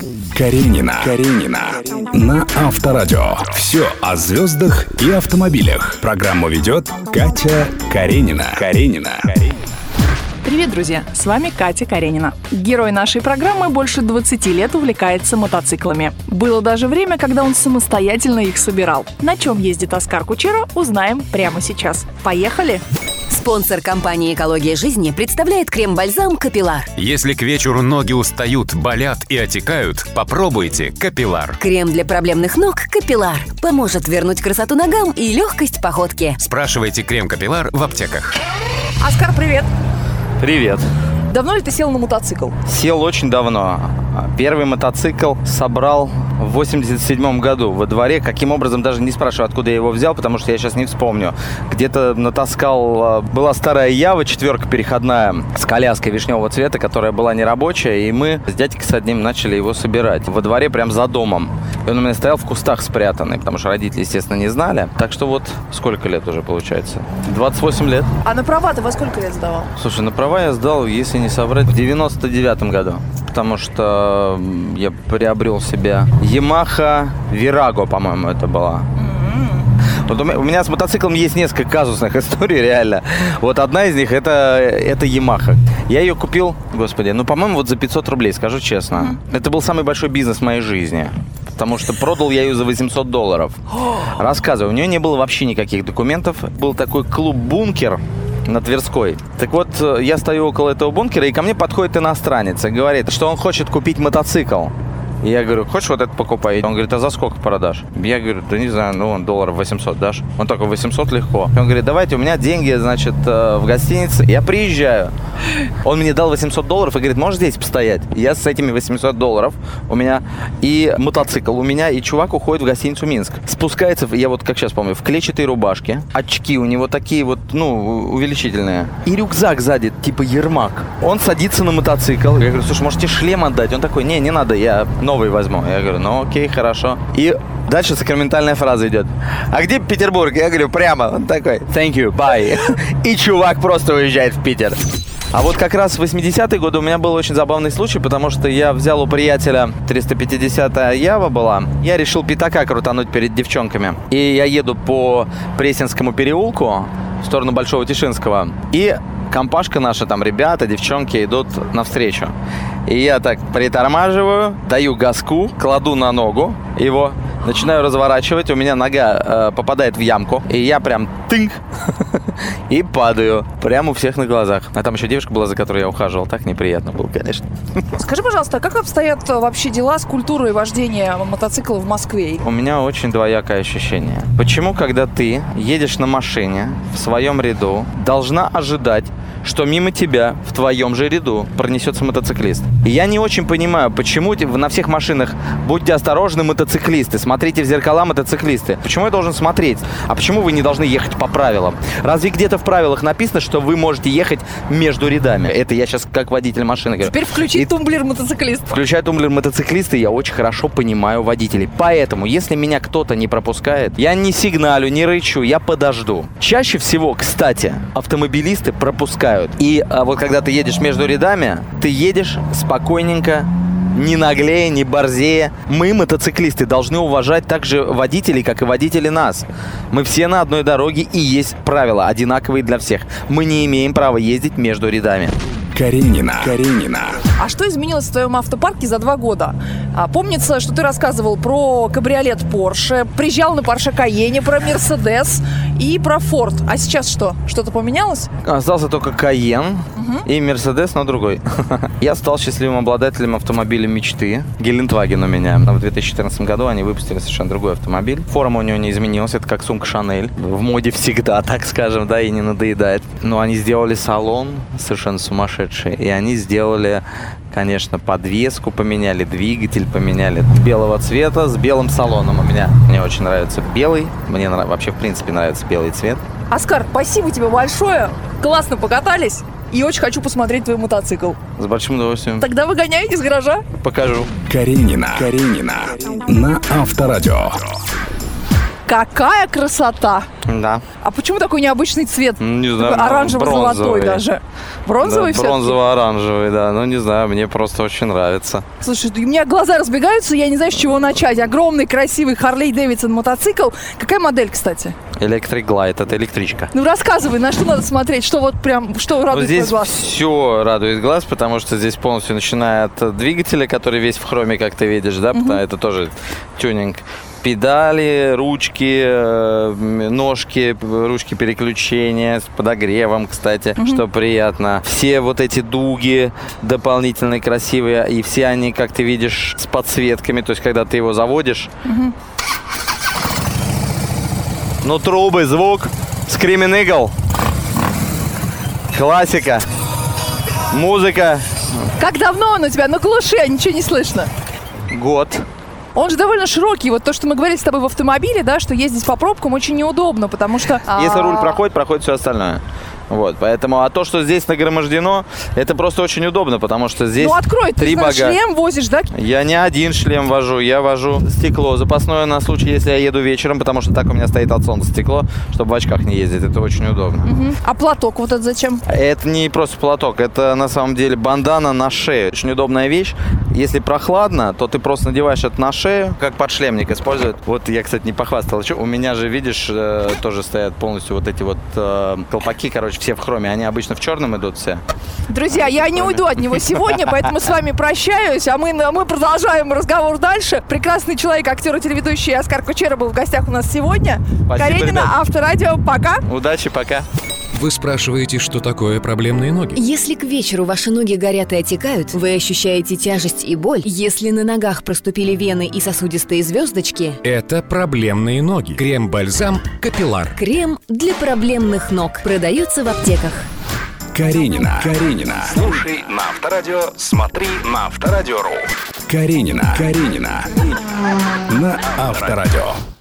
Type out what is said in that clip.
Каренина. На Авторадио. Все о звездах и автомобилях. Программу ведет Катя Каренина. Привет, друзья! С вами Катя Каренина. Герой нашей программы больше 20 лет увлекается мотоциклами. Было даже время, когда он самостоятельно их собирал. На чем ездит Оскар Кучера, узнаем прямо сейчас. Поехали! Спонсор компании «Экология жизни» представляет крем-бальзам «Капиллар». Если к вечеру ноги устают, болят и отекают, попробуйте «Капиллар». Крем для проблемных ног «Капиллар» поможет вернуть красоту ногам и легкость походки. Спрашивайте крем «Капиллар» в аптеках. Оскар, привет! Привет. Давно ли ты сел на мотоцикл? Сел очень давно. Первый мотоцикл собрал в 87 году во дворе. Каким образом, даже не спрашиваю, откуда я его взял, потому что я сейчас не вспомню. Где-то натаскал... Была старая Ява, 4 переходная, с коляской вишневого цвета, которая была нерабочая, и мы с дядькой с одним начали его собирать. Во дворе, прям за домом. И он у меня стоял в кустах спрятанный, потому что родители, естественно, не знали. Так что вот сколько лет уже получается? 28 лет. А на права ты во сколько лет сдавал? Слушай, на права я сдал, если не соврать, в 99 году. Потому что я приобрел себе Yamaha Virago, по-моему, это была. Вот у меня с мотоциклом есть несколько казусных историй, реально. Вот одна из них это Yamaha. Я ее купил, господи, по-моему, вот за 500 рублей, скажу честно. Это был самый большой бизнес в моей жизни. Потому что продал я ее за $800. Рассказываю, у нее не было вообще никаких документов. Был такой клуб «Бункер» на Тверской. Так вот, я стою около этого бункера, и ко мне подходит иностранец и говорит, что он хочет купить мотоцикл. И я говорю, хочешь вот это покупай? Он говорит, а за сколько продашь? Я говорю, да не знаю, долларов 800 дашь? Он такой, 800 легко. Он говорит, давайте, у меня деньги, значит, в гостинице. Я приезжаю. Он мне дал $800 и говорит, можешь здесь постоять? Я с этими $800 у меня и мотоцикл у меня, и чувак уходит в гостиницу «Минск». Спускается, я вот как сейчас помню, в клетчатой рубашке. Очки у него такие вот, увеличительные. И рюкзак сзади, типа Ермак. Он садится на мотоцикл. Я говорю, слушай, может тебе шлем отдать? Он такой, не надо, я новый возьму. Я говорю, окей, хорошо. И дальше сакраментальная фраза идет. А где Петербург? Я говорю, прямо. Он такой, thank you, bye. И чувак просто уезжает в Питер. А вот как раз в 80-е годы у меня был очень забавный случай, потому что я взял у приятеля 350-я Ява была. Я решил пятака крутануть перед девчонками. И я еду по Пресненскому переулку в сторону Большого Тишинского. И компашка наша, там ребята, девчонки идут навстречу. И я так притормаживаю, даю газку, кладу на ногу его, начинаю разворачивать, у меня нога попадает в ямку, и я прям тынк и падаю прямо у всех на глазах. А там еще девушка была, за которой я ухаживал, так неприятно было, конечно. Скажи, пожалуйста, а как обстоят вообще дела с культурой вождения мотоцикла в Москве? У меня очень двоякое ощущение. Почему, когда ты едешь на машине в своем ряду, должна ожидать, что мимо тебя в твоем же ряду пронесется мотоциклист? И я не очень понимаю, почему на всех машинах будьте осторожны, мотоциклисты, смотрите в зеркала, мотоциклисты. Почему я должен смотреть? А почему вы не должны ехать по правилам? Разве где-то в правилах написано, что вы можете ехать между рядами? Это я сейчас как водитель машины говорю. Теперь включи тумблер мотоциклист. Включая тумблер мотоциклиста, я очень хорошо понимаю водителей. Поэтому, если меня кто-то не пропускает, я не сигналю, не рычу, я подожду. Чаще всего, кстати, автомобилисты пропускают. И вот когда ты едешь между рядами, ты едешь спокойненько, не наглее, не борзее. Мы, мотоциклисты, должны уважать так же водителей, как и водители нас. Мы все на одной дороге, и есть правила, одинаковые для всех. Мы не имеем права ездить между рядами. Каренина. А что изменилось в твоем автопарке за 2 года? Помнится, что ты рассказывал про кабриолет Porsche, приезжал на Porsche Cayenne, про Mercedes и про Ford. А сейчас что? Что-то поменялось? Остался только Cayenne и Mercedes, но другой. Я стал счастливым обладателем автомобиля мечты. Гелендваген у меня. В 2014 году они выпустили совершенно другой автомобиль. Форма у него не изменилась. Это как сумка Chanel. В моде всегда, так скажем, да, и не надоедает. Но они сделали салон совершенно сумасшедший. И они сделали, конечно, подвеску поменяли, двигатель поменяли. Белого цвета с белым салоном. Мне очень нравится белый. Мне вообще, в принципе, нравится белый цвет. Оскар, спасибо тебе большое. Классно покатались. И очень хочу посмотреть твой мотоцикл. С большим удовольствием. Тогда выгоняй из гаража. Покажу. Каренина. На Авторадио. Какая красота! Да. А почему такой необычный цвет? Не знаю, оранжево-золотой даже. Бронзовый да, все-таки? бронзово-оранжевый, да. Ну, не знаю, мне просто очень нравится. Слушай, у меня глаза разбегаются, я не знаю, с чего начать. Огромный, красивый Harley Davidson мотоцикл. Какая модель, кстати? Electric Glide, это электричка. Ну, рассказывай, на что надо смотреть, что вот прям, что радует твой Здесь глаз? все радует глаз, потому что здесь полностью начиная от двигателя, который весь в хроме, как ты видишь, да, это тоже тюнинг. Педали, ручки, ножки, ручки переключения с подогревом, кстати, что приятно. Все вот эти дуги дополнительные, красивые, и все они, как ты видишь, с подсветками. То есть, когда ты его заводишь, ну, трубы, звук, Screaming Eagle, классика, музыка. Как давно он у тебя? Ну, глуши, ничего не слышно. Год. Он же довольно широкий. Вот то, что мы говорили с тобой в автомобиле, да, что ездить по пробкам очень неудобно, потому что... Если руль проходит все остальное. Вот, поэтому, а то, что здесь нагромождено, это просто очень удобно, потому что здесь Ну, открой, ты шлем возишь, да? Я не один шлем вожу, я вожу стекло запасное на случай, если я еду вечером, потому что так у меня стоит от солнца стекло, чтобы в очках не ездить, это очень удобно. А платок вот это зачем? Это не просто платок, это на самом деле бандана на шею. Очень удобная вещь. Если прохладно, то ты просто надеваешь это на шею, как подшлемник используют. Вот я, кстати, не похвастал. У меня же, видишь, тоже стоят полностью вот эти вот колпаки, короче, все в хроме. Они обычно в черном идут все. Друзья, я не уйду от него сегодня, поэтому с вами прощаюсь, а мы продолжаем разговор дальше. Прекрасный человек, актер и телеведущий Оскар Кучера был в гостях у нас сегодня. Спасибо, Каренина, ребят. Авторадио, пока. Удачи, пока. Вы спрашиваете, что такое проблемные ноги? Если к вечеру ваши ноги горят и отекают, вы ощущаете тяжесть и боль, если на ногах проступили вены и сосудистые звездочки, Это проблемные ноги. Крем-бальзам «Капилlar». крем для проблемных ног продается в аптеках. Каренина. Слушай на Авторадио, смотри на Авторадио.ру. Каренина. На Авторадио.